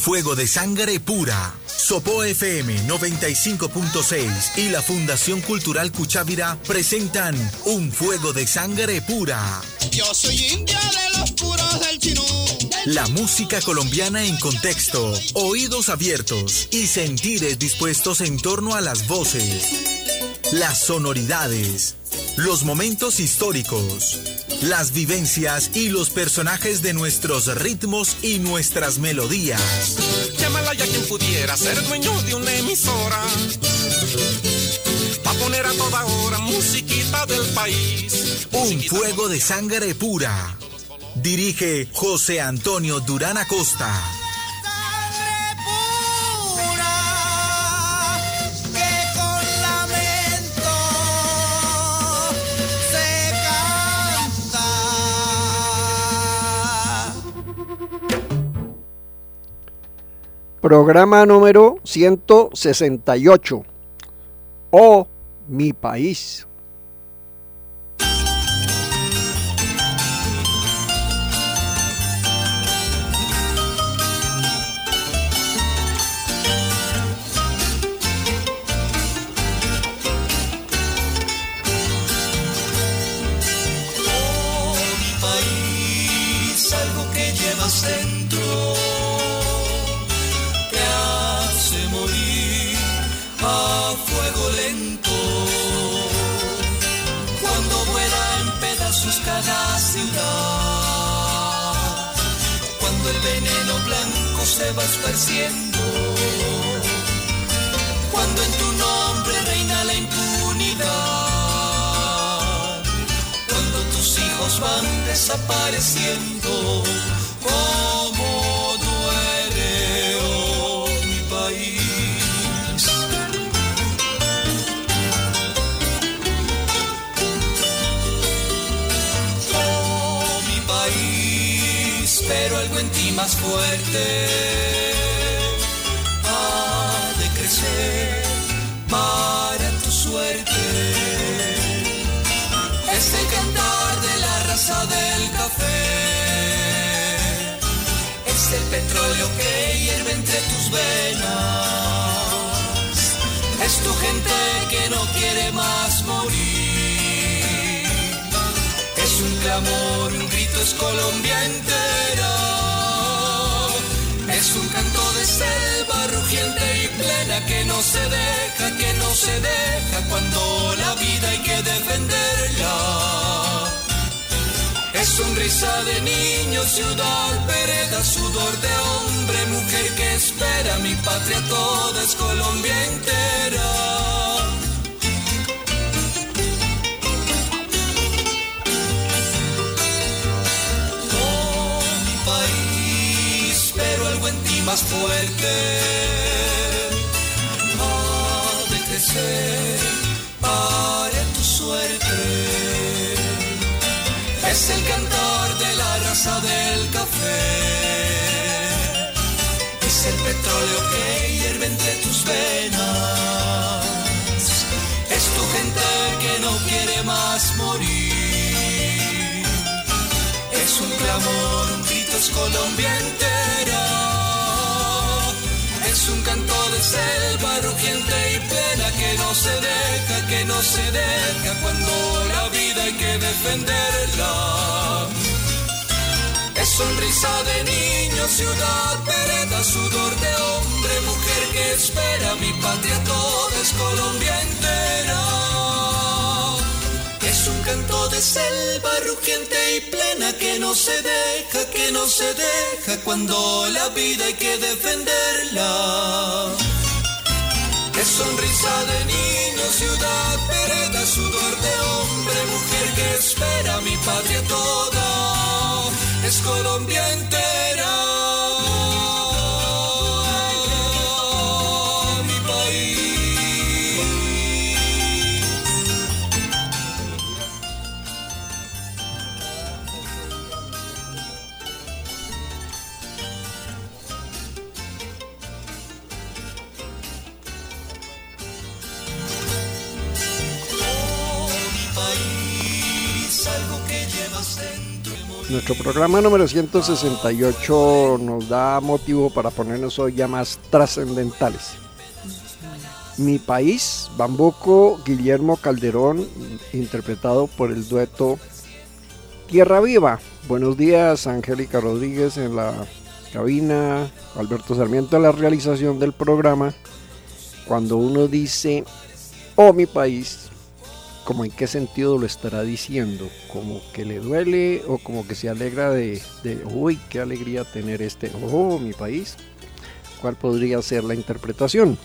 fuego de sangre pura. Sopó FM 95.6 y la Fundación Cultural Cuchávira presentan Un fuego de sangre pura. Yo soy india de los puros del Chinú. La música colombiana en contexto, oídos abiertos y sentires dispuestos en torno a las voces, las sonoridades, los momentos históricos, las vivencias y los personajes de nuestros ritmos y nuestras melodías. Llámala ya quien pudiera ser dueño de una emisora, pa' poner a toda hora musiquita del país. Un fuego de sangre pura. Dirige José Antonio Durán Acosta. Programa número 168. Oh, mi país. Dentro te hace morir a fuego lento. Cuando vuela en pedazos cada ciudad, cuando el veneno blanco se va esparciendo, cuando en tu nombre reina la impunidad, cuando tus hijos van desapareciendo. Cómo duele, oh, mi país. Oh, mi país, pero algo en ti más fuerte ha de crecer para tu suerte. Es el cantar de la raza del café. Es el petróleo que hierve entre tus venas. Es tu gente que no quiere más morir. Es un clamor, un grito, es Colombia entera. Es un canto de selva rugiente y plena que no se deja, que no se deja cuando la vida hay que defenderla. Es sonrisa de niño, ciudad, vereda, sudor de hombre, mujer que espera, mi patria toda es Colombia entera. Oh, mi país, pero algo en ti más fuerte ha de crecer para tu suerte. Es el cantar de la raza del café. Es el petróleo que hierve entre tus venas. Es tu gente que no quiere más morir. Es un clamor, un grito, es Colombia entera. Es un canto de selva rugiente y plena que no se deja, que no se deja cuando la vida hay que defenderla. Es sonrisa de niño, ciudad, vereda, sudor de hombre, mujer que espera, mi patria toda es Colombia entera. Es un canto de selva rugiente y plena que no se deja, que no se deja cuando la vida hay que defenderla. Es sonrisa de niño, ciudad, vereda, sudor de hombre, mujer que espera, mi patria toda es Colombia entera. Mi país. Nuestro programa número 168 nos da motivo para ponernos hoy ya más trascendentales. Mi país, Bambuco, Guillermo Calderón, interpretado por el dueto Tierra Viva. Buenos días, Angélica Rodríguez en la cabina, Alberto Sarmiento en la realización del programa. Cuando uno dice, oh mi país, ¿cómo en qué sentido lo estará diciendo? ¿Como que le duele o como que se alegra de uy, qué alegría tener oh mi país? ¿Cuál podría ser la interpretación?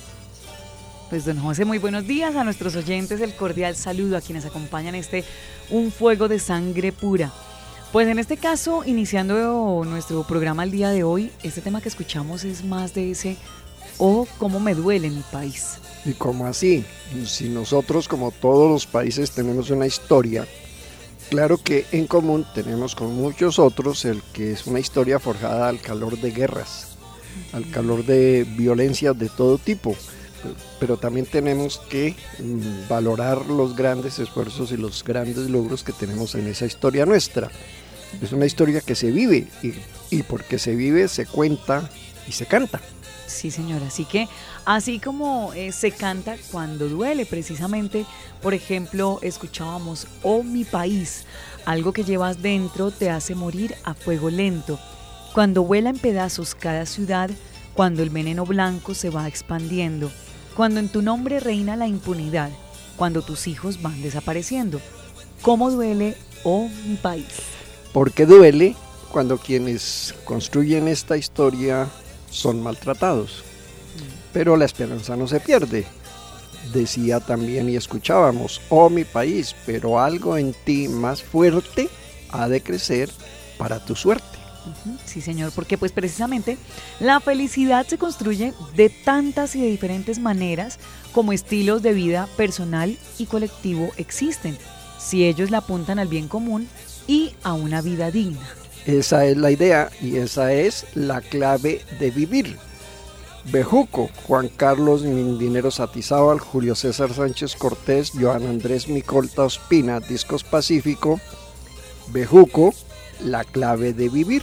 Pues don José, muy buenos días a nuestros oyentes, el cordial saludo a quienes acompañan Un Fuego de Sangre Pura. Pues en este caso, iniciando nuestro programa el día de hoy, este tema que escuchamos es más de ese, oh, cómo me duele mi país. ¿Y cómo así? Si nosotros, como todos los países, tenemos una historia, claro que en común tenemos con muchos otros el que es una historia forjada al calor de guerras, al calor de violencias de todo tipo, pero también tenemos que valorar los grandes esfuerzos y los grandes logros que tenemos en esa historia nuestra. Es una historia que se vive y porque se vive se cuenta y se canta. Sí, señora, así que así como se canta cuando duele precisamente, por ejemplo, escuchábamos Oh mi país, algo que llevas dentro te hace morir a fuego lento, cuando vuela en pedazos cada ciudad, cuando el veneno blanco se va expandiendo, cuando en tu nombre reina la impunidad, cuando tus hijos van desapareciendo. ¿Cómo duele, oh mi país? Porque duele cuando quienes construyen esta historia son maltratados, pero la esperanza no se pierde. Decía también y escuchábamos, oh mi país, pero algo en ti más fuerte ha de crecer para tu suerte. Sí, señor, porque pues precisamente la felicidad se construye de tantas y de diferentes maneras como estilos de vida personal y colectivo existen, si ellos la apuntan al bien común y a una vida digna. Esa es la idea y esa es la clave de vivir. Bejuco, Juan Carlos Mindineros Atizábal, Julio César Sánchez Cortés, Joan Andrés Micolta Ospina, Discos Pacífico. Bejuco, la clave de vivir.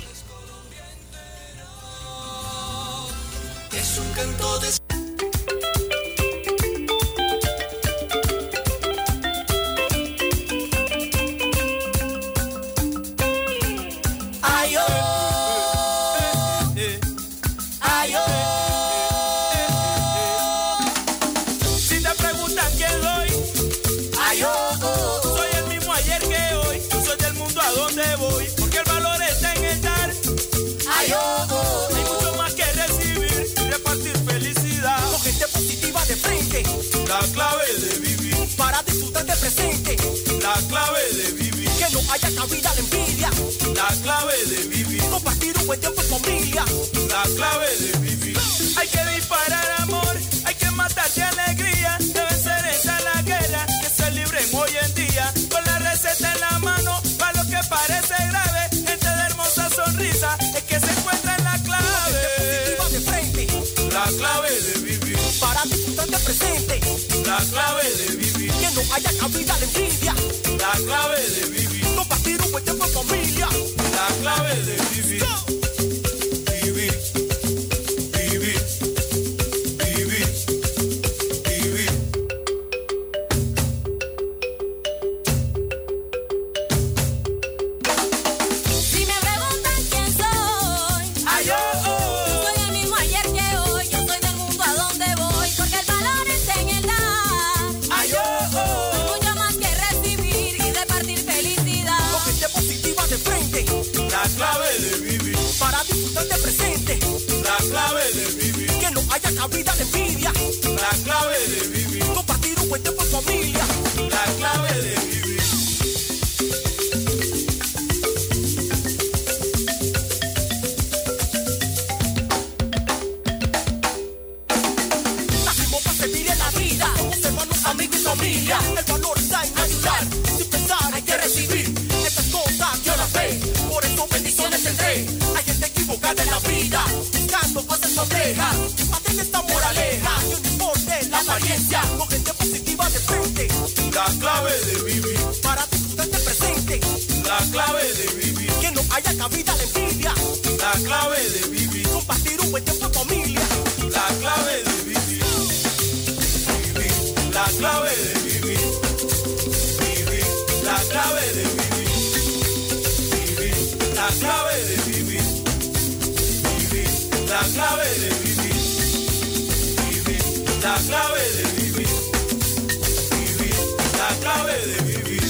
Es un canto de... La clave de vivir, para disfrutar del presente. la clave de vivir, Que no haya cabida a la envidia. la clave de vivir, Compartir un buen tiempo en familia. la clave de vivir. Hay que disparar amor, hay que matar de alegría. Debe ser esa la guerra, que se libren hoy en día. Con la receta en la mano, para lo que parece grave. Gente de hermosa sonrisa, es que se encuentra en la clave. De frente. La clave de vivir, Para disfrutar del presente. la clave de vivir, Que no haya cabida a la envidia. la clave de vivir, Compartir un buen tiempo en familia. la clave de vivir. Vivir, vivir, vivir, vivir. Si me preguntan quién soy, Ay, oh, oh. soy el mismo ayer que hoy. Yo soy del mundo a donde voy, porque el valor está en el dar. Ay, oh, oh. Mucho más que recibir y repartir felicidad. Con gente positiva de frente. La clave de vivir, Para disfrutar del presente. la clave de vivir, Que no haya cabida a la envidia. la clave de vivir, Compartir un buen tiempo en familia. la clave de vivir. Nacimos para servir en la vida. Somos hermanos, amigos y familia. El valor está en ayudar. Sin pensar hay que recibir. Estas cosas yo las ve. Por eso bendiciones tendré. Hay gente equivocada en la vida. Buscando cosas complejas. Mantén esta moraleja. Que no importe la apariencia. Con gente positiva de frente. La clave de vivir, Para disfrutar del presente. la clave de vivir, haya cabida la envidia. La clave de vivir, compartir un buen tiempo en familia. La clave de vivir, vivir. La clave de vivir, vivir. La clave de vivir, vivir. La clave de vivir, vivir. La clave de vivir, vivir. La clave de vivir, vivir. La clave de vivir.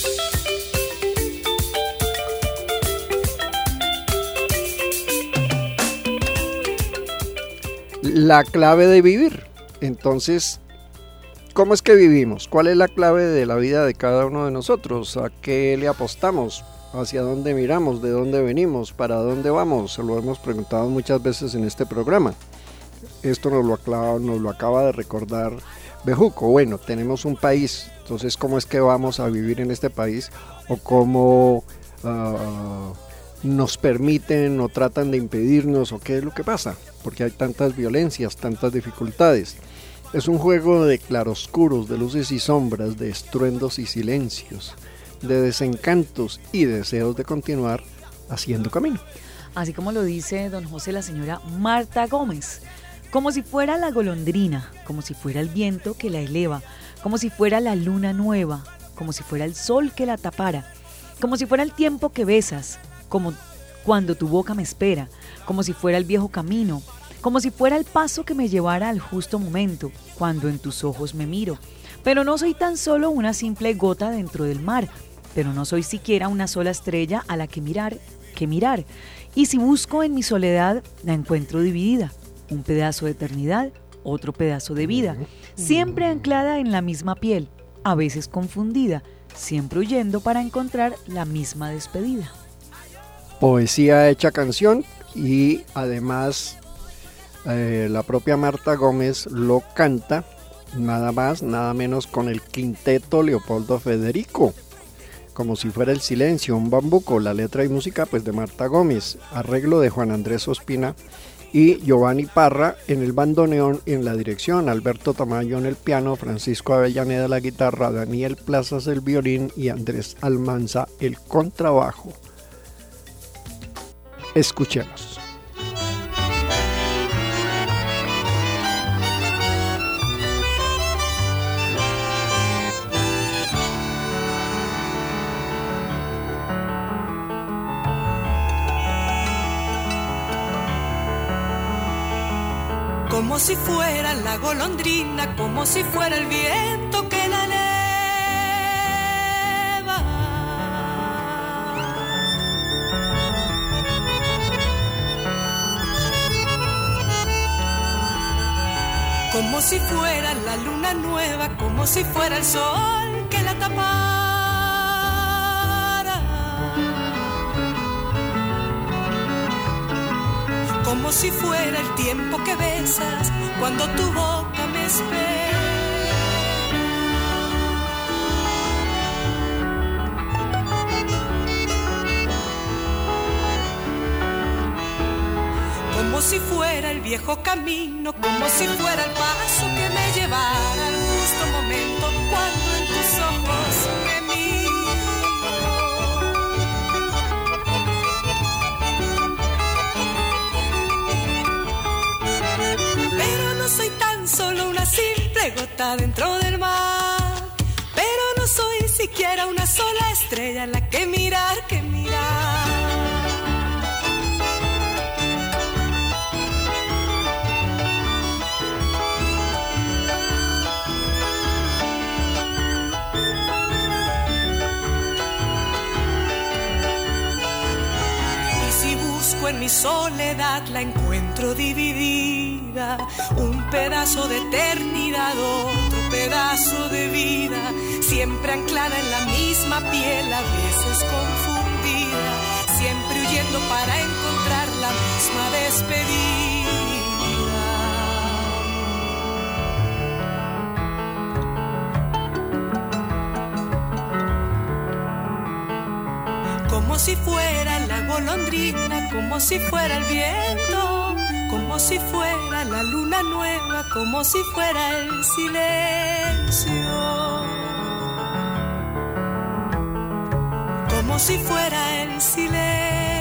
La clave de vivir. Entonces, ¿cómo es que vivimos? ¿Cuál es la clave de la vida de cada uno de nosotros? ¿A qué le apostamos? ¿Hacia dónde miramos? ¿De dónde venimos? ¿Para dónde vamos? Se lo hemos preguntado muchas veces en este programa. Esto nos lo acaba de recordar Bejuco. Bueno, tenemos un país, entonces ¿cómo es que vamos a vivir en este país? ¿O cómo nos permiten o tratan de impedirnos? ¿O qué es lo que pasa? Porque hay tantas violencias, tantas dificultades. Es un juego de claroscuros, de luces y sombras, de estruendos y silencios, de desencantos y deseos de continuar haciendo camino. Así como lo dice don José, la señora Marta Gómez, como si fuera la golondrina, como si fuera el viento que la eleva, como si fuera la luna nueva, como si fuera el sol que la tapara, como si fuera el tiempo que besas, como cuando tu boca me espera, como si fuera el viejo camino, como si fuera el paso que me llevara al justo momento, cuando en tus ojos me miro. Pero no soy tan solo una simple gota dentro del mar, pero no soy siquiera una sola estrella a la que mirar. Y si busco en mi soledad, la encuentro dividida, un pedazo de eternidad, otro pedazo de vida, siempre anclada en la misma piel, a veces confundida, siempre huyendo para encontrar la misma despedida. Poesía hecha canción, y además la propia Marta Gómez lo canta nada más, nada menos con el quinteto Leopoldo Federico, como si fuera el silencio, un bambuco. La letra y música pues de Marta Gómez, arreglo de Juan Andrés Ospina y Giovanni Parra en el bandoneón y en la dirección, Alberto Tamayo en el piano, Francisco Avellaneda la guitarra, Daniel Plazas el violín y Andrés Almanza el contrabajo. Escuchemos. Como si fuera la golondrina, como si fuera el viento que la eleva. Como si fuera la luna nueva, como si fuera el sol que la tapara. Como si fuera el tiempo que besas cuando tu boca me espera. Como si fuera el viejo camino, como si fuera el paso que me llevara al justo momento cuando en tus ojos me miro. Pero no soy tan solo una simple gota dentro del mar, pero no soy siquiera una sola estrella en la que mirar, en mi soledad la encuentro dividida, un pedazo de eternidad, otro pedazo de vida, siempre anclada en la misma piel, a veces confundida, siempre huyendo para encontrar la misma despedida. Como si fuera la golondrina, como si fuera el viento, como si fuera la luna nueva, como si fuera el silencio. Como si fuera el silencio.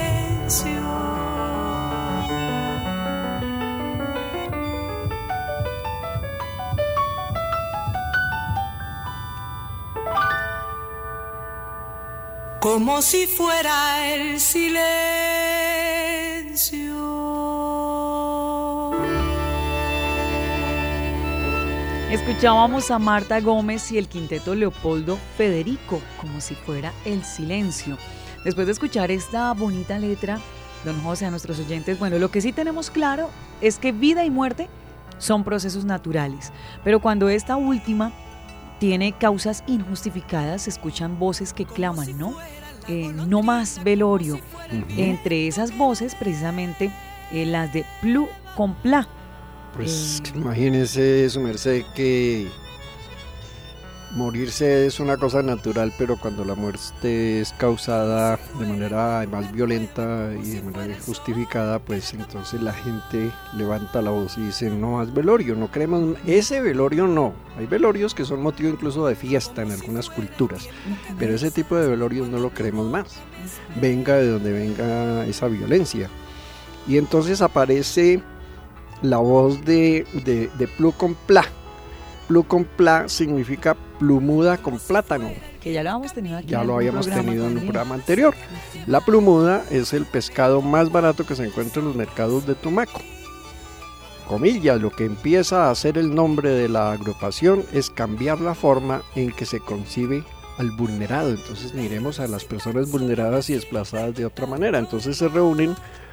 como si fuera el silencio. Escuchábamos a Marta Gómez y el quinteto Leopoldo Federico, como si fuera el silencio. Después de escuchar esta bonita letra, don José, a nuestros oyentes, bueno, lo que sí tenemos claro es que vida y muerte son procesos naturales, pero cuando esta última tiene causas injustificadas, se escuchan voces que claman, ¿no? No más velorio. Entre esas voces, precisamente, las de Plu con Pla. Pues imagínese, su merced, que morirse es una cosa natural, pero cuando la muerte es causada de manera más violenta y de manera injustificada, pues entonces la gente levanta la voz y dice: no más velorio, no queremos ese velorio, no. Hay velorios que son motivo incluso de fiesta en algunas culturas, pero ese tipo de velorios no lo queremos más, venga de donde venga esa violencia. Y entonces aparece la voz de Plu con Pla. Plu con Pla significa plumuda con plátano. Que ya lo habíamos tenido aquí. Ya lo habíamos tenido en un programa anterior. La plumuda es el pescado más barato que se encuentra en los mercados de Tumaco. Comillas, lo que empieza a ser el nombre de la agrupación es cambiar la forma en que se concibe al vulnerado. Entonces miremos a las personas vulneradas y desplazadas de otra manera. Entonces se reúnen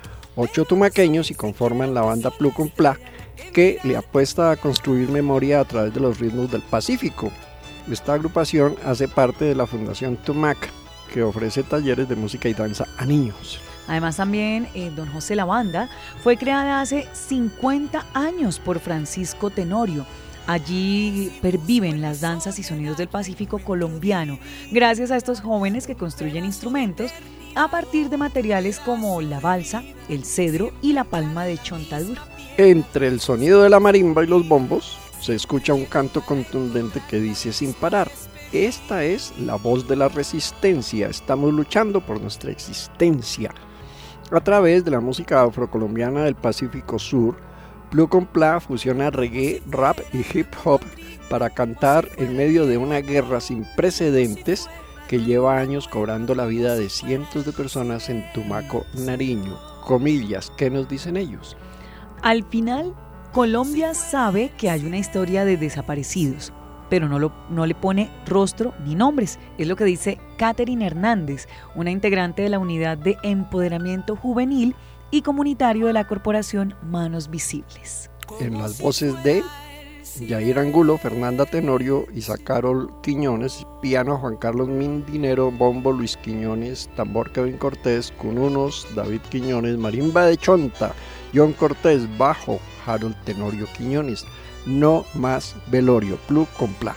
8 tumaqueños y conforman la banda Plu con Pla, que le apuesta a construir memoria a través de los ritmos del Pacífico. Esta agrupación hace parte de la Fundación Tumac, que ofrece talleres de música y danza a niños. Además también, don José, la banda fue creada hace 50 años por Francisco Tenorio. Allí perviven las danzas y sonidos del Pacífico colombiano, gracias a estos jóvenes que construyen instrumentos a partir de materiales como la balsa, el cedro y la palma de chontaduro. Entre el sonido de la marimba y los bombos se escucha un canto contundente que dice sin parar: esta es la voz de la resistencia, estamos luchando por nuestra existencia. A través de la música afrocolombiana del Pacífico Sur, Plu con Pla fusiona reggae, rap y hip hop para cantar en medio de una guerra sin precedentes que lleva años cobrando la vida de cientos de personas en Tumaco, Nariño. Comillas, ¿qué nos dicen ellos? Al final, Colombia sabe que hay una historia de desaparecidos, pero no le pone rostro ni nombres. Es lo que dice Catherine Hernández, una integrante de la Unidad de Empoderamiento Juvenil y Comunitario de la Corporación Manos Visibles. En las voces de Yair Angulo, Fernanda Tenorio, Isa Carol Quiñones, piano Juan Carlos Mindinero, bombo Luis Quiñones, tambor Kevin Cortés, cununos David Quiñones, marimba de chonta John Cortés, bajo Harold Tenorio Quiñones. No más velorio, Plu con Pla.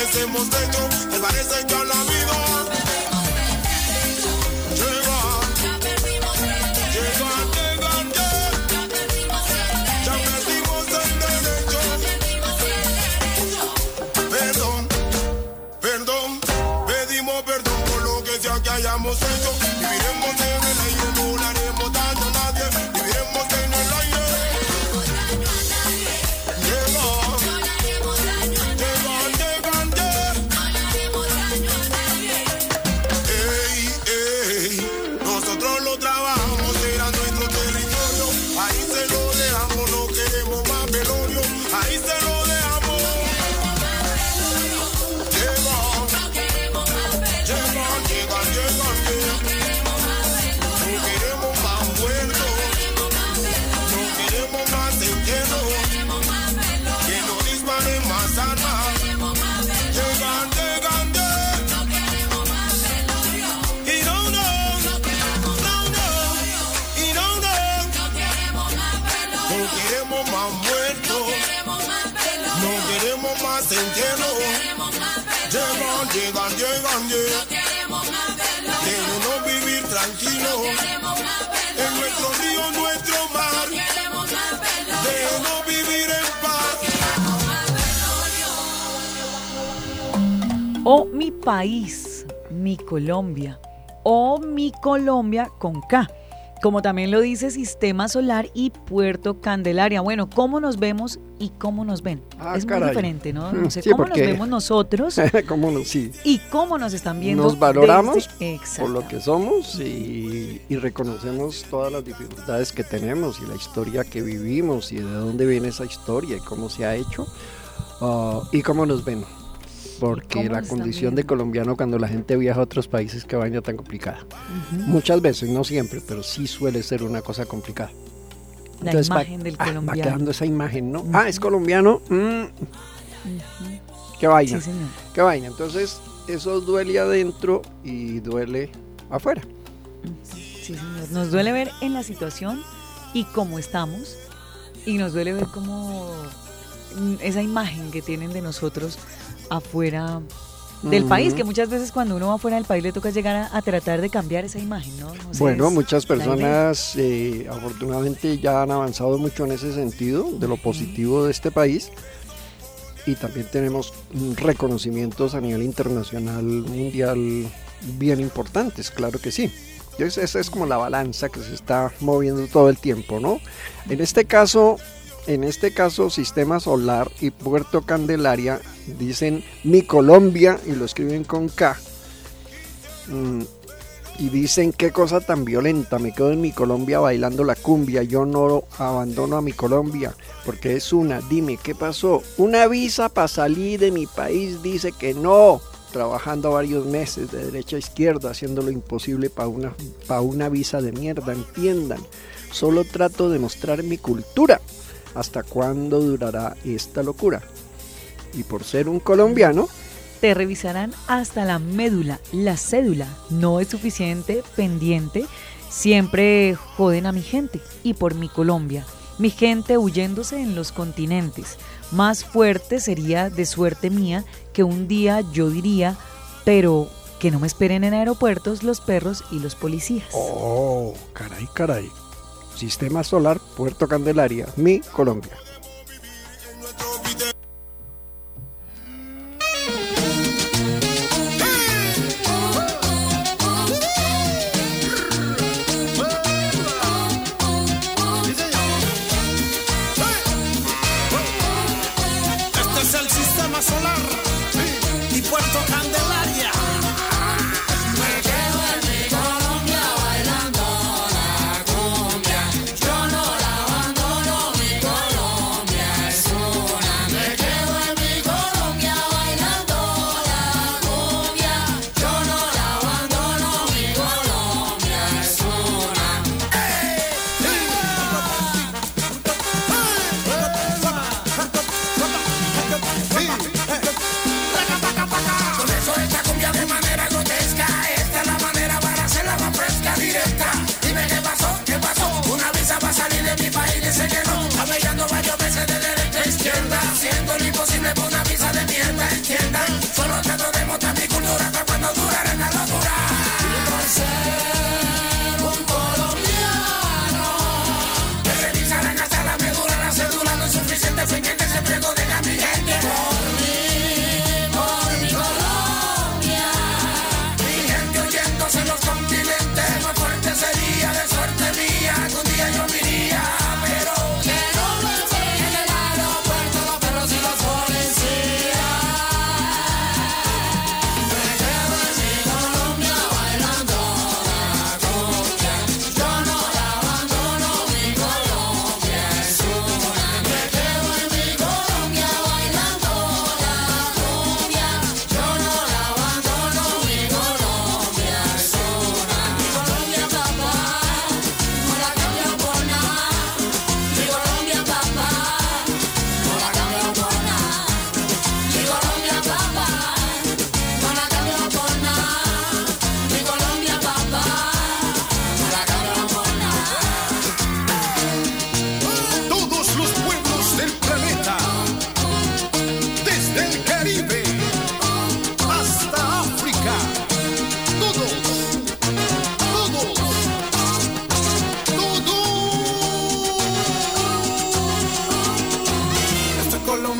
merecemos techo, me parece que a la vida llegar, ya perdimos el derecho. Perdón, pedimos perdón por lo que sea que hayamos hecho. Viviremos en el aire, no le haremos daño a nadie. Viviremos en el aire. Nosotros lo trabajamos, era nuestro territorio. Ahí se lo dejamos, no queremos más velorio. Ahí se lo dejamos. No queremos más muertos. No queremos más entierros. Que nos disparen más armas. Llegan. No queremos más muertos, no queremos más entierros. Llegan. Queremos vivir tranquilos en nuestro río, nuestro mar. Déjenos vivir en paz. Oh, mi país, mi Colombia. Oh, mi Colombia con K. Como también lo dice Sistema Solar y Puerto Candelaria. Bueno, ¿cómo nos vemos y cómo nos ven? Es muy diferente, ¿no? No sé, sí, cómo nos vemos nosotros sí. y cómo nos están viendo. Nos valoramos desde... por lo que somos y reconocemos todas las dificultades que tenemos y la historia que vivimos y de dónde viene esa historia y cómo se ha hecho y cómo nos ven. Porque la condición de colombiano cuando la gente viaja a otros países, qué vaina tan complicada. Muchas veces, no siempre, pero sí suele ser una cosa complicada. La imagen del colombiano. Va quedando esa imagen, ¿no? Es colombiano. Qué vaina. Sí, señor. Qué vaina. Entonces, eso duele adentro y duele afuera. Sí, señor. Nos duele ver en la situación y cómo estamos. Y nos duele ver cómo esa imagen que tienen de nosotros afuera del país, que muchas veces cuando uno va afuera del país le toca llegar a tratar de cambiar esa imagen, ¿no? O sea, bueno, muchas personas afortunadamente ya han avanzado mucho en ese sentido, de lo positivo de este país, y también tenemos reconocimientos a nivel internacional, mundial, bien importantes, claro que sí. Entonces esa es como la balanza que se está moviendo todo el tiempo, ¿no? En este caso, Sistema Solar y Puerto Candelaria dicen mi Colombia y lo escriben con K. Y dicen qué cosa tan violenta, me quedo en mi Colombia bailando la cumbia, yo no abandono a mi Colombia porque es dime qué pasó, una visa para salir de mi país dice que no, trabajando varios meses de derecha a izquierda, haciendo lo imposible para una visa de mierda, entiendan, solo trato de mostrar mi cultura. ¿Hasta cuándo durará esta locura? Y por ser un colombiano, te revisarán hasta la médula, la cédula. No es suficiente, pendiente. Siempre joden a mi gente y por mi Colombia. Mi gente huyéndose en los continentes. Más fuerte sería de suerte mía que un día yo diría, pero que no me esperen en aeropuertos los perros y los policías. Oh, caray. Sistema Solar, Puerto Candelaria, mi Colombia. Este es el Sistema Solar y Puerto Candelaria. Me quedo en mi Colombia bailando la cumbia. Yo no la abandono, mi Colombia es una. Me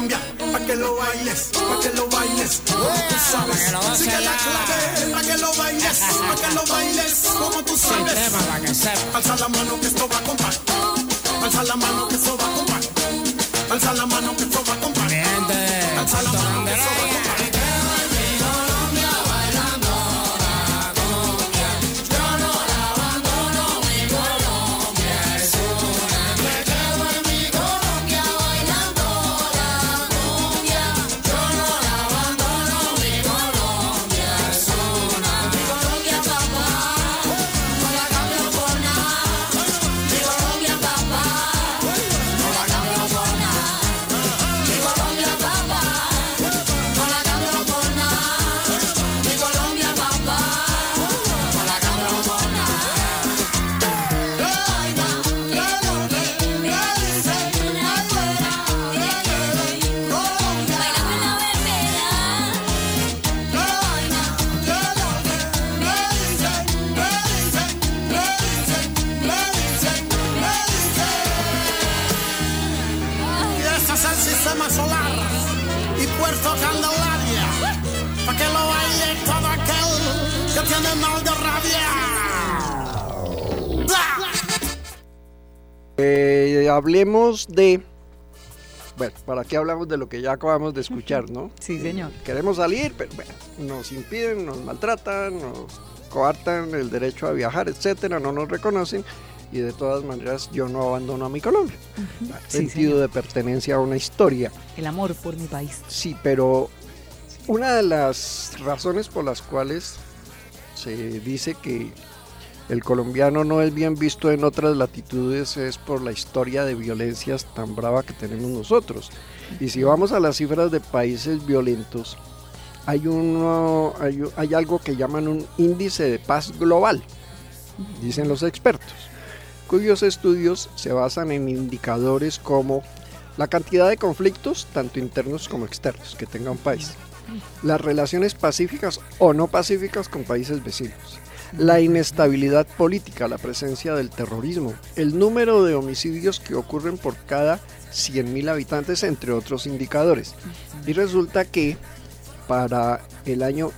Colombia, pa' que lo bailes, pa' que lo bailes, como tú sabes. Sigue la clave, pa' que lo bailes, pa' que lo bailes, como tú sabes. Alza la mano que esto va a comprar. Alza la mano que esto va a comprar. Alza la mano que esto va a comprar. Alza la mano que esto va a comprar. Hablemos de... Bueno, ¿para qué hablamos de lo que ya acabamos de escuchar, no? Sí, señor. Queremos salir, pero bueno, nos impiden, nos maltratan, nos coartan el derecho a viajar, etcétera, no nos reconocen y de todas maneras yo no abandono a mi Colombia. Sentido de pertenencia a una historia. El amor por mi país. Sí, pero una de las razones por las cuales se dice que el colombiano no es bien visto en otras latitudes es por la historia de violencias tan brava que tenemos nosotros. Y si vamos a las cifras de países violentos, hay algo que llaman un índice de paz global, dicen los expertos, cuyos estudios se basan en indicadores como la cantidad de conflictos, tanto internos como externos, que tenga un país, las relaciones pacíficas o no pacíficas con países vecinos, la inestabilidad política, la presencia del terrorismo, el número de homicidios que ocurren por cada 100.000 habitantes, entre otros indicadores. Y resulta que para el año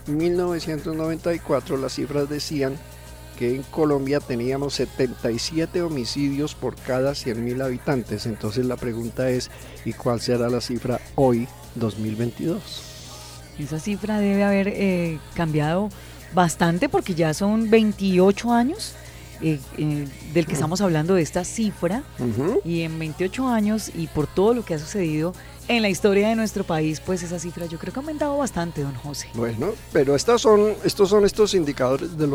1994 las cifras decían que en Colombia teníamos 77 homicidios por cada 100.000 habitantes. Entonces la pregunta es, ¿y cuál será la cifra hoy, 2022? Esa cifra debe haber cambiado bastante porque ya son 28 años del que estamos hablando de esta cifra, y en 28 años y por todo lo que ha sucedido en la historia de nuestro país, pues esa cifra yo creo que ha aumentado bastante, don José. Bueno, pero estos son indicadores de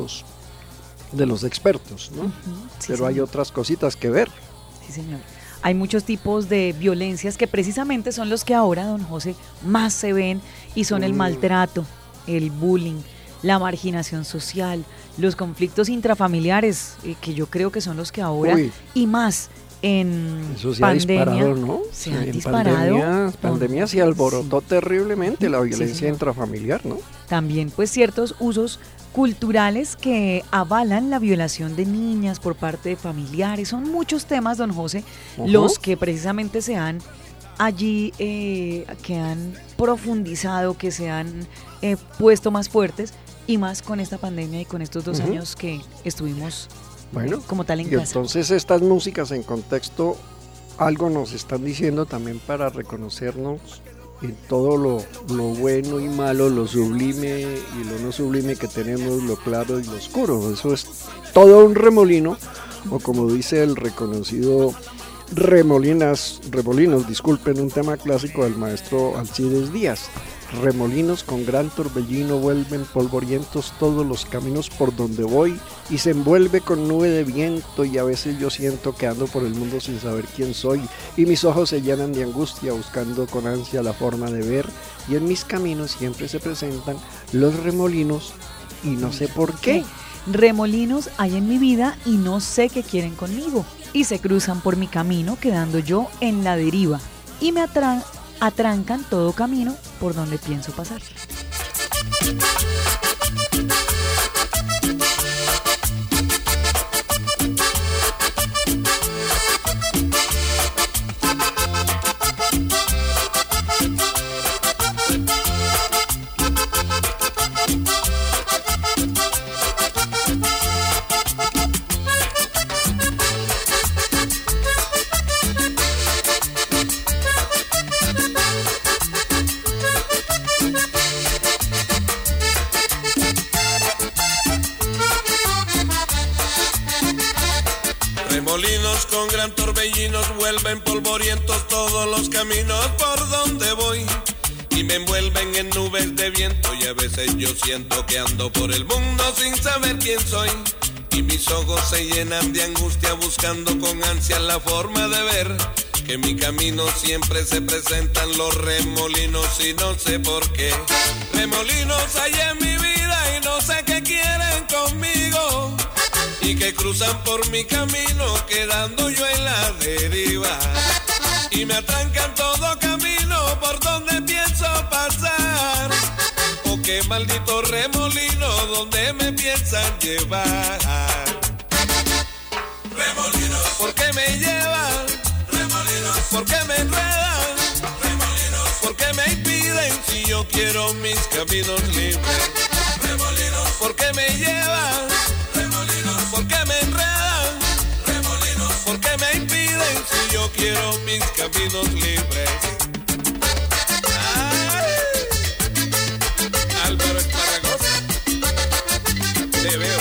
los expertos, ¿no? Sí, pero señor. hay otras cositas que ver. Sí, señor. Hay muchos tipos de violencias que precisamente son los que ahora, don José, más se ven, y son el maltrato, el bullying, la marginación social, los conflictos intrafamiliares, que yo creo que son los que ahora y más en eso se pandemia, ha disparado, ¿no? Se ha en disparado. Pandemia se alborotó terriblemente la violencia intrafamiliar, ¿no? También pues ciertos usos culturales que avalan la violación de niñas por parte de familiares. Son muchos temas, don José, los que precisamente se han allí, que han profundizado, que se han puesto más fuertes, y más con esta pandemia y con estos 2 años que estuvimos como tal en casa. Entonces estas músicas en contexto algo nos están diciendo también para reconocernos en todo lo bueno y malo, lo sublime y lo no sublime que tenemos, lo claro y lo oscuro. Eso es todo un remolino, o como dice el reconocido Remolinos, disculpen, un tema clásico del maestro Alcides Díaz. Remolinos con gran torbellino vuelven polvorientos todos los caminos por donde voy, y se envuelve con nube de viento, y a veces yo siento que ando por el mundo sin saber quién soy, y mis ojos se llenan de angustia buscando con ansia la forma de ver, y en mis caminos siempre se presentan los remolinos y no sé por qué. Remolinos hay en mi vida y no sé qué quieren conmigo, y se cruzan por mi camino quedando yo en la deriva, y me atrancan todo camino por donde pienso pasar. Remolinos con gran torbellinos vuelven polvorientos todos los caminos por donde voy. Y me envuelven en nubes de viento y a veces yo siento que ando por el mundo sin saber quién soy. Y mis ojos se llenan de angustia buscando con ansia la forma de ver que en mi camino siempre se presentan los remolinos y no sé por qué. Remolinos hay en mi vida y no sé qué quieren conmigo y que cruzan por mi camino quedando yo en la deriva y me atrancan todo camino por donde pienso pasar. Oh, qué maldito remolino donde me piensan llevar. Remolinos, ¿por qué me llevan? Remolinos, ¿por qué me enredan? Remolinos, ¿por qué me impiden si yo quiero mis caminos libres? Remolinos, ¿por qué me llevan? Remolinos, ¿por qué me enredan? Remolinos, ¿por qué me impiden si yo quiero mis caminos libres? Álvaro Esparragosa, te veo.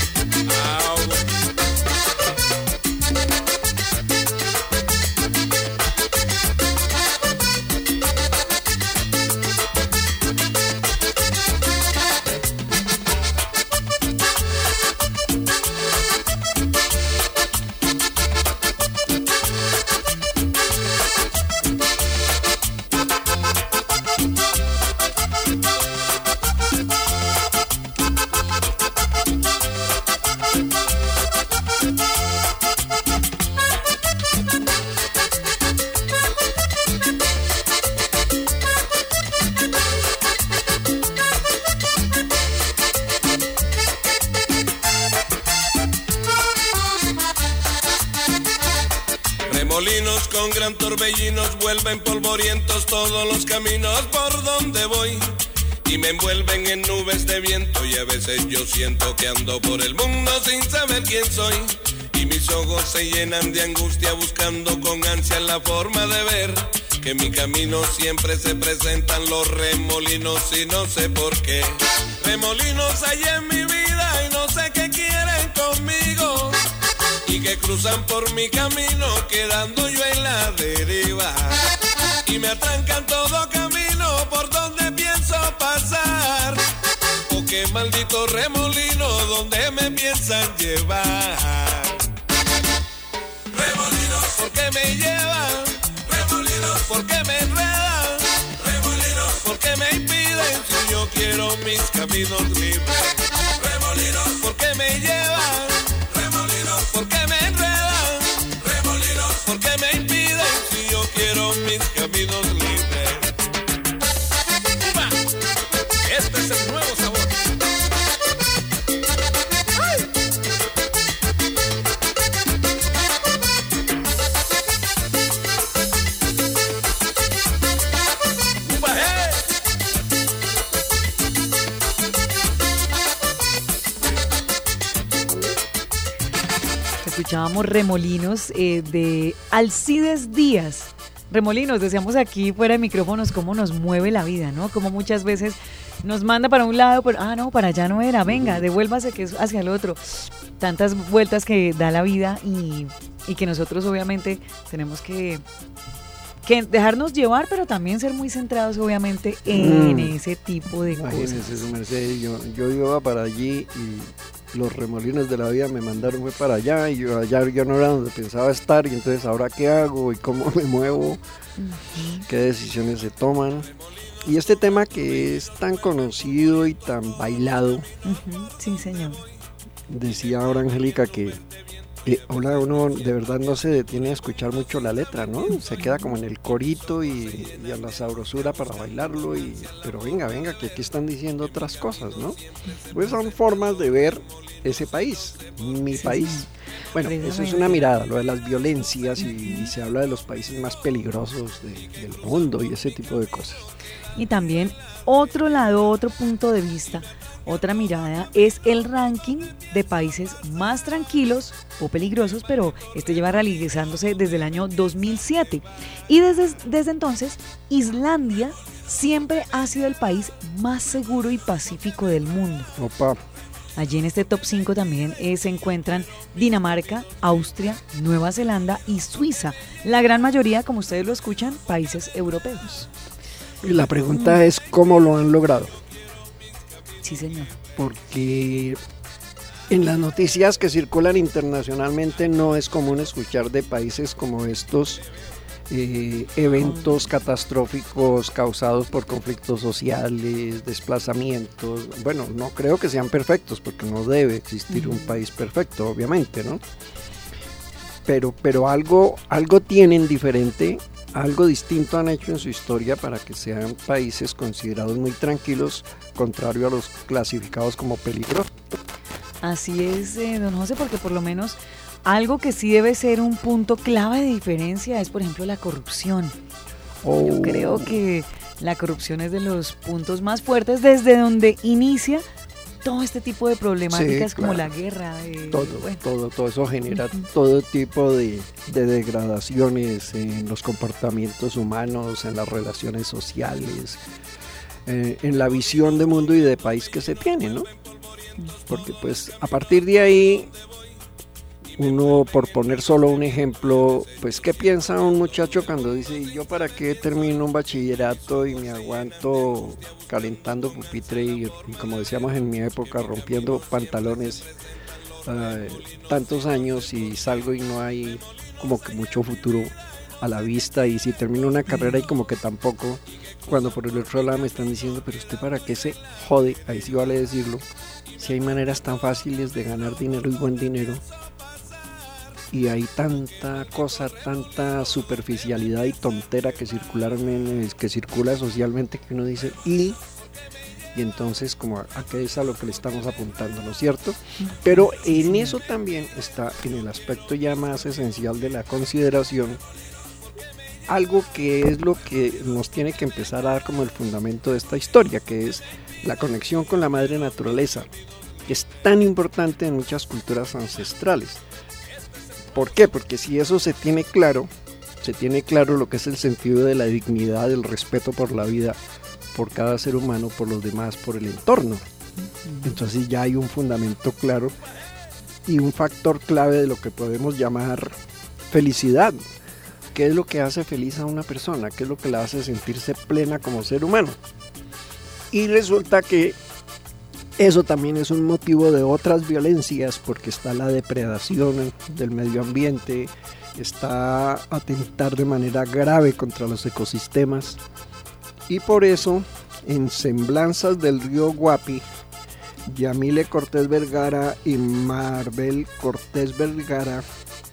Remolinos con gran torbellinos vuelven polvorientos todos los caminos por donde voy y me envuelven en nubes de viento y a veces yo siento que ando por el mundo sin saber quién soy y mis ojos se llenan de angustia buscando con ansia la forma de ver que en mi camino siempre se presentan los remolinos y no sé por qué. Remolinos hay en mi vida y no sé qué quieren conmigo y que cruzan por mi camino quedando yo en la deriva y me atrancan todo camino por donde pienso pasar. Oh, qué maldito remolino donde me piensan llevar. Remolinos, ¿por qué me llevan? Remolinos, ¿por qué me enredan? Remolinos, ¿por qué me impiden si yo quiero mis caminos libres? Remolinos, ¿por qué me llevan? Remolinos, ¿por qué me enredan? Remolinos, ¿por qué me impiden si yo quiero mis caminos libres? ¡Upa! Este es el nuevo sabor. Escuchábamos Remolinos de Alcides Díaz. Remolinos, decíamos aquí fuera de micrófonos cómo nos mueve la vida, ¿no? Como muchas veces nos manda para un lado, pero no, para allá no era, venga, devuélvase que es hacia el otro. Tantas vueltas que da la vida y que nosotros obviamente tenemos que dejarnos llevar, pero también ser muy centrados obviamente en ese tipo de cosas. Imagínense, su merced, yo iba para allí y los remolinos de la vida me mandaron fue para allá y yo no era donde pensaba estar y entonces ahora qué hago y cómo me muevo, qué decisiones se toman. Y este tema que es tan conocido y tan bailado, sí señor, decía ahora Angélica que uno de verdad no se detiene a escuchar mucho la letra, ¿no? Se queda como en el corito y a la sabrosura para bailarlo, pero venga, que aquí están diciendo otras cosas, ¿no? Pues son formas de ver ese país, mi país. Sí. Bueno, eso es una mirada, lo de las violencias y se habla de los países más peligrosos del mundo y ese tipo de cosas. Y también otro lado, otro punto de vista, otra mirada es el ranking de países más tranquilos o peligrosos, pero este lleva realizándose desde el año 2007 y desde entonces Islandia siempre ha sido el país más seguro y pacífico del mundo. Opa. Allí en este top 5 también se encuentran Dinamarca, Austria, Nueva Zelanda y Suiza. La gran mayoría, como ustedes lo escuchan, países europeos. Y la pregunta es ¿cómo lo han logrado? Sí, señor. Porque en las noticias que circulan internacionalmente no es común escuchar de países como estos eventos catastróficos causados por conflictos sociales, desplazamientos. Bueno, no creo que sean perfectos porque no debe existir un país perfecto, obviamente, ¿no? Pero algo tienen diferente, algo distinto han hecho en su historia para que sean países considerados muy tranquilos, contrario a los clasificados como peligrosos. Así es, don José, porque por lo menos algo que sí debe ser un punto clave de diferencia es, por ejemplo, la corrupción. Yo creo que la corrupción es de los puntos más fuertes desde donde inicia todo este tipo de problemáticas, sí, claro, como la guerra. Todo eso genera todo tipo de degradaciones en los comportamientos humanos, en las relaciones sociales, en la visión de mundo y de país que se tiene, ¿no? Porque pues a partir de ahí, uno, por poner solo un ejemplo, pues ¿qué piensa un muchacho cuando dice, ¿y yo para qué termino un bachillerato y me aguanto calentando pupitre y como decíamos en mi época, rompiendo pantalones tantos años y salgo y no hay como que mucho futuro a la vista, y si termino una carrera y como que tampoco, cuando por el otro lado me están diciendo, pero usted para qué se jode, ahí sí vale decirlo, si hay maneras tan fáciles de ganar dinero y buen dinero, y hay tanta cosa, tanta superficialidad y tontera que circula socialmente, que uno dice, y entonces como a qué es a lo que le estamos apuntando, ¿no es cierto? Pero en eso también está, en el aspecto ya más esencial de la consideración, algo que es lo que nos tiene que empezar a dar como el fundamento de esta historia, que es la conexión con la madre naturaleza, que es tan importante en muchas culturas ancestrales. ¿Por qué? Porque si eso se tiene claro lo que es el sentido de la dignidad, del respeto por la vida, por cada ser humano, por los demás, por el entorno. Entonces ya hay un fundamento claro y un factor clave de lo que podemos llamar felicidad. ¿Qué es lo que hace feliz a una persona? ¿Qué es lo que la hace sentirse plena como ser humano? Y resulta que eso también es un motivo de otras violencias, porque está la depredación del medio ambiente, está atentar de manera grave contra los ecosistemas, y por eso en Semblanzas del Río Guapi, Yamile Cortés Vergara y Marbel Cortés Vergara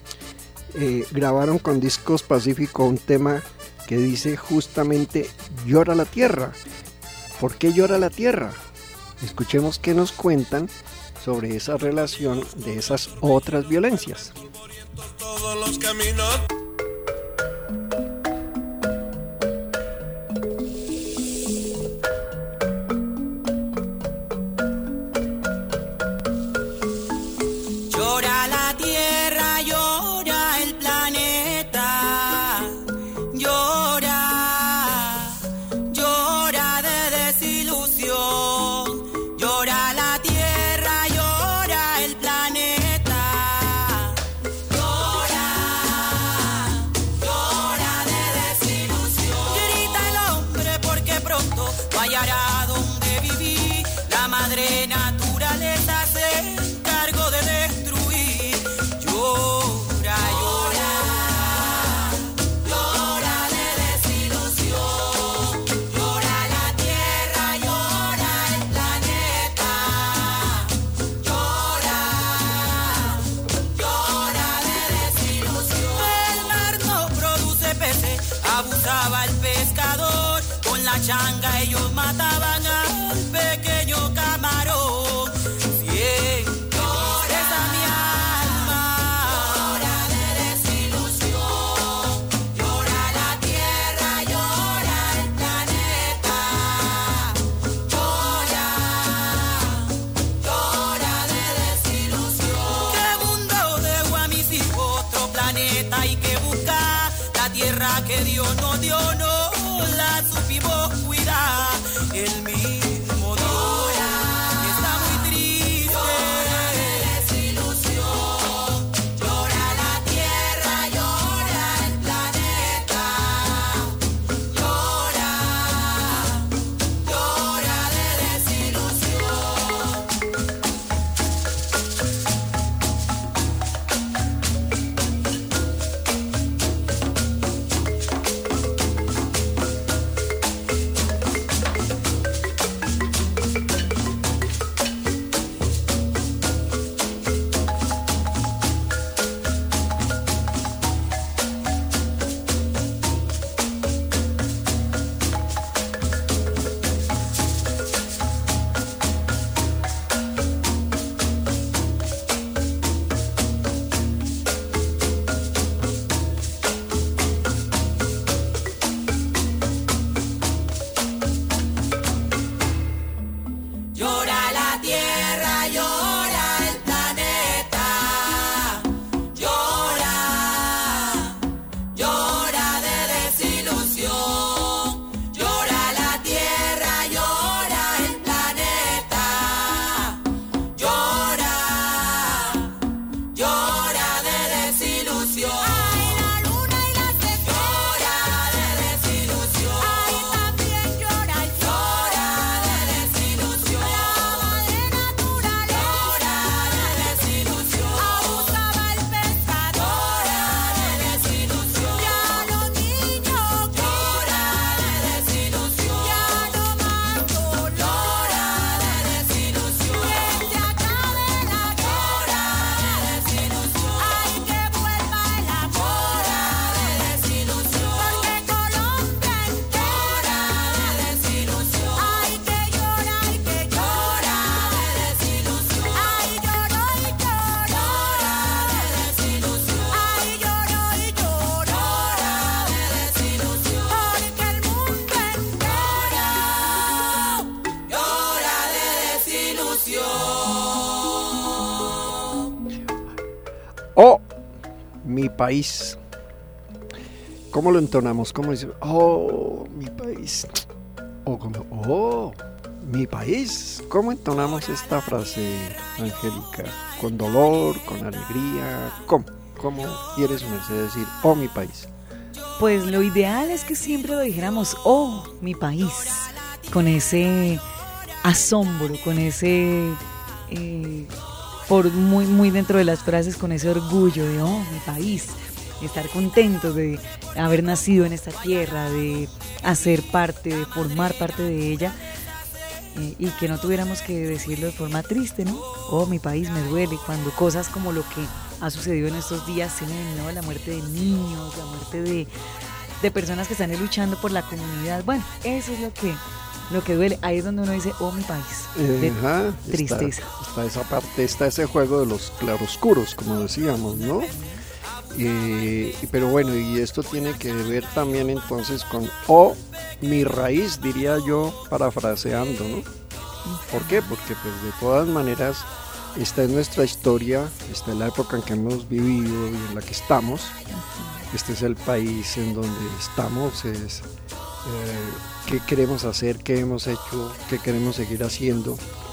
grabaron con Discos Pacífico un tema que dice justamente llora la tierra. ¿Por qué llora la tierra? Escuchemos qué nos cuentan sobre esa relación de esas otras violencias. Todos los caminos. Llora la tierra, llora el planeta, llora de desilusión. Llora la tierra, llora el planeta, llora de desilusión. Grita el hombre porque pronto hallará donde vivir. La madre naturaleza se encargó de destruir. Llora de desilusión. Llora la tierra, llora el planeta. Llora de desilusión. El mar no produce peces, abusaba el pescador. Con la changa ellos mataban al pequeño camarón. Siento esa mi alma. Llora de desilusión. Llora la tierra, llora el planeta. Llora de desilusión. ¿Qué mundo dejó a mis hijos? Otro planeta hay que buscar. La tierra que Dios nos dio no la supimos cuidar. El mismo Dios está muy triste. Oh, mi país. ¿Cómo lo entonamos? ¿Cómo dice? Oh, mi país. O como, oh, mi país. ¿Cómo entonamos esta frase, Angélica? ¿Con dolor? ¿Con alegría? ¿Cómo? ¿Cómo quieres merced decir, oh, mi país? Pues lo ideal es que siempre lo dijéramos, oh, mi país, con ese asombro, con ese, por muy dentro de las frases, con ese orgullo de, oh, mi país, estar contentos de haber nacido en esta tierra, de hacer parte, de formar parte de ella, y que no tuviéramos que decirlo de forma triste, ¿no? Oh, mi país me duele, cuando cosas como lo que ha sucedido en estos días, ¿no? La muerte de niños, la muerte de personas que están luchando por la comunidad. Bueno, eso es lo que duele. Ahí es donde uno dice, oh, mi país, de tristeza. Está esa parte, está ese juego de los claroscuros, como decíamos, ¿no? Pero bueno, y esto tiene que ver también entonces con, oh, mi raíz, diría yo, parafraseando, ¿no? ¿Por qué? Porque pues de todas maneras esta es nuestra historia, esta es la época en que hemos vivido y en la que estamos. Este es el país en donde estamos, es qué queremos hacer, qué hemos hecho, qué queremos seguir haciendo.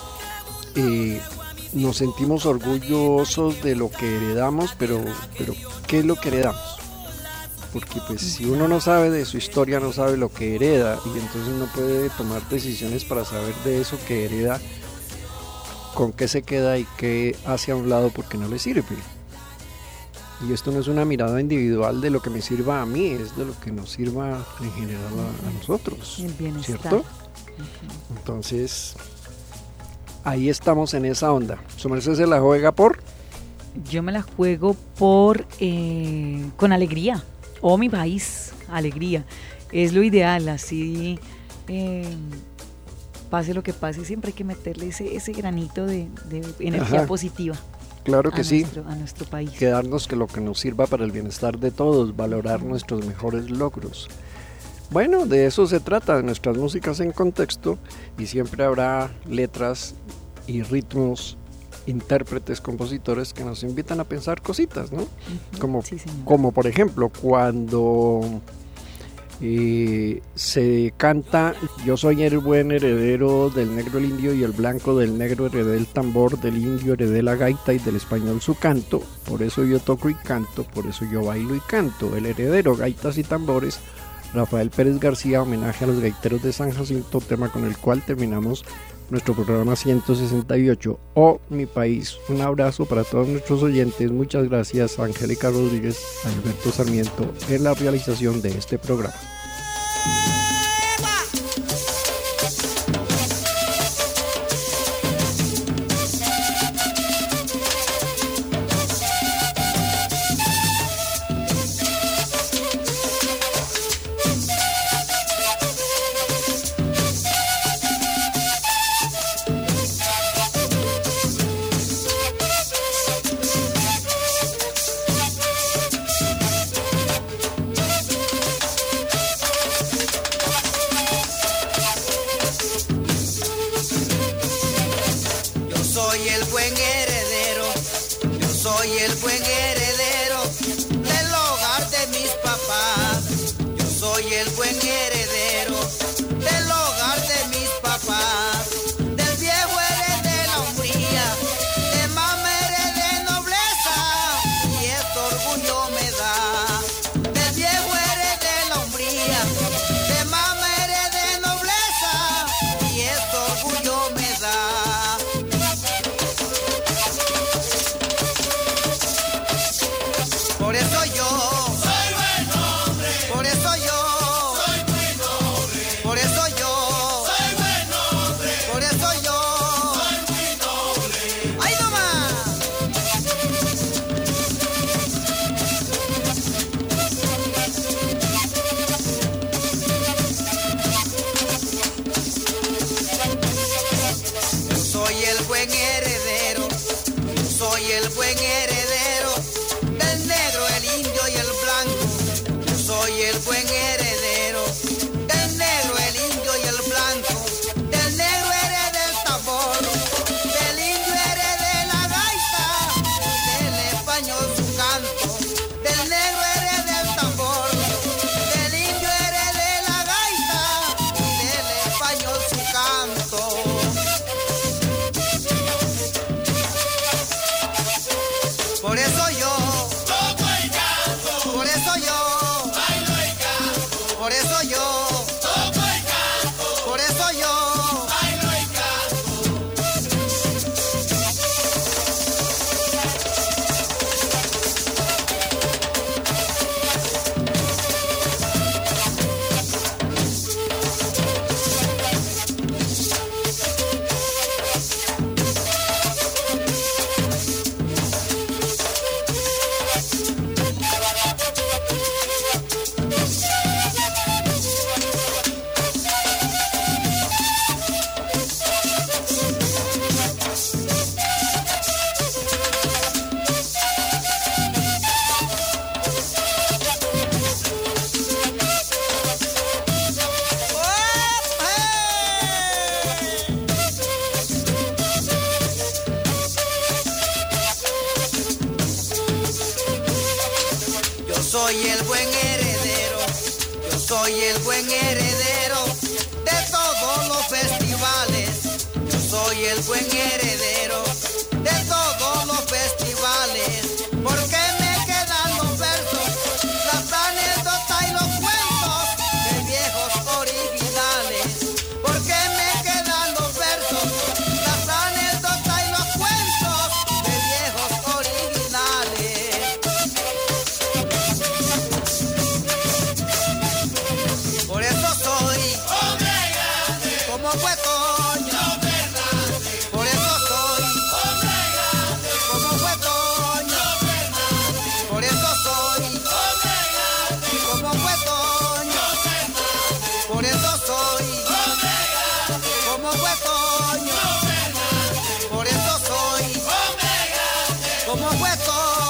Nos sentimos orgullosos de lo que heredamos, pero ¿qué es lo que heredamos? Porque pues si uno no sabe de su historia, no sabe lo que hereda, y entonces no puede tomar decisiones para saber de eso que hereda, con qué se queda y qué hace a un lado porque no le sirve. Y esto no es una mirada individual de lo que me sirva a mí, es de lo que nos sirva en general a nosotros. El bienestar. ¿Cierto? Entonces, ahí estamos en esa onda. ¿Su merced se la juega por? Yo me la juego por con alegría. Oh, mi país, alegría. Es lo ideal, así pase lo que pase, siempre hay que meterle ese granito de energía positiva. Claro que sí, a nuestro país. Quedarnos que lo que nos sirva para el bienestar de todos, valorar nuestros mejores logros. Bueno, de eso se trata, de nuestras músicas en contexto, y siempre habrá letras y ritmos, intérpretes, compositores que nos invitan a pensar cositas, ¿no? Como por ejemplo, cuando se canta yo soy el buen heredero del negro el indio y el blanco del negro heredé el tambor, del indio heredé la gaita y del español su canto, por eso yo toco y canto, por eso yo bailo y canto, el heredero, gaitas y tambores, Rafael Pérez García, homenaje a los gaiteros de San Jacinto, tema con el cual terminamos nuestro programa 168, Oh, mi país. Un abrazo para todos nuestros oyentes. Muchas gracias a Angélica Rodríguez, a Alberto Sarmiento en la realización de este programa. soy el buen heredero de todos los festivales. Yo soy el buen heredero de todos los festivales. Porque me quedan los versos, las anécdotas y los cuentos de viejos originales. Porque me quedan los versos, las anécdotas y los cuentos de viejos originales. Por eso soy hombre grande, como fue Toño. Por eso soy hombre grande, como fue Toño. Por eso soy hombre grande, como fue Toño. Por eso soy hombre grande, como fue Toño. Por eso soy hombre grande, como fue Toño.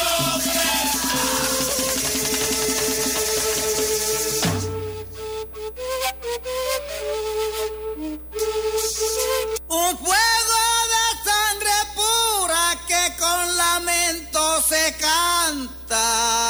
Un fuego de sangre pura que con lamento se canta.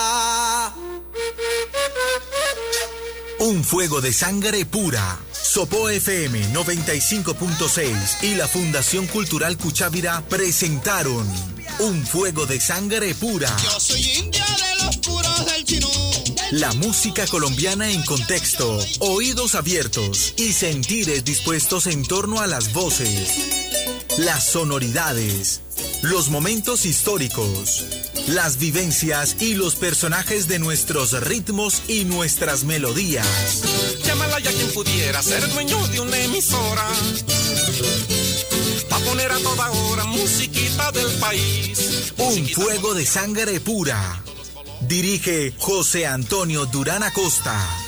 Un fuego de sangre pura. Sopó FM 95.6 y la Fundación Cultural Cuchávira presentaron Un fuego de sangre pura. Yo soy india de los puros del Chinú. La música colombiana en contexto, oídos abiertos y sentires dispuestos en torno a las voces, las sonoridades, los momentos históricos, las vivencias y los personajes de nuestros ritmos y nuestras melodías. Llámala ya quien pudiera ser dueño de una emisora. Va a poner a toda hora musiquita del país. Un fuego de sangre pura. Dirige José Antonio Durán Acosta.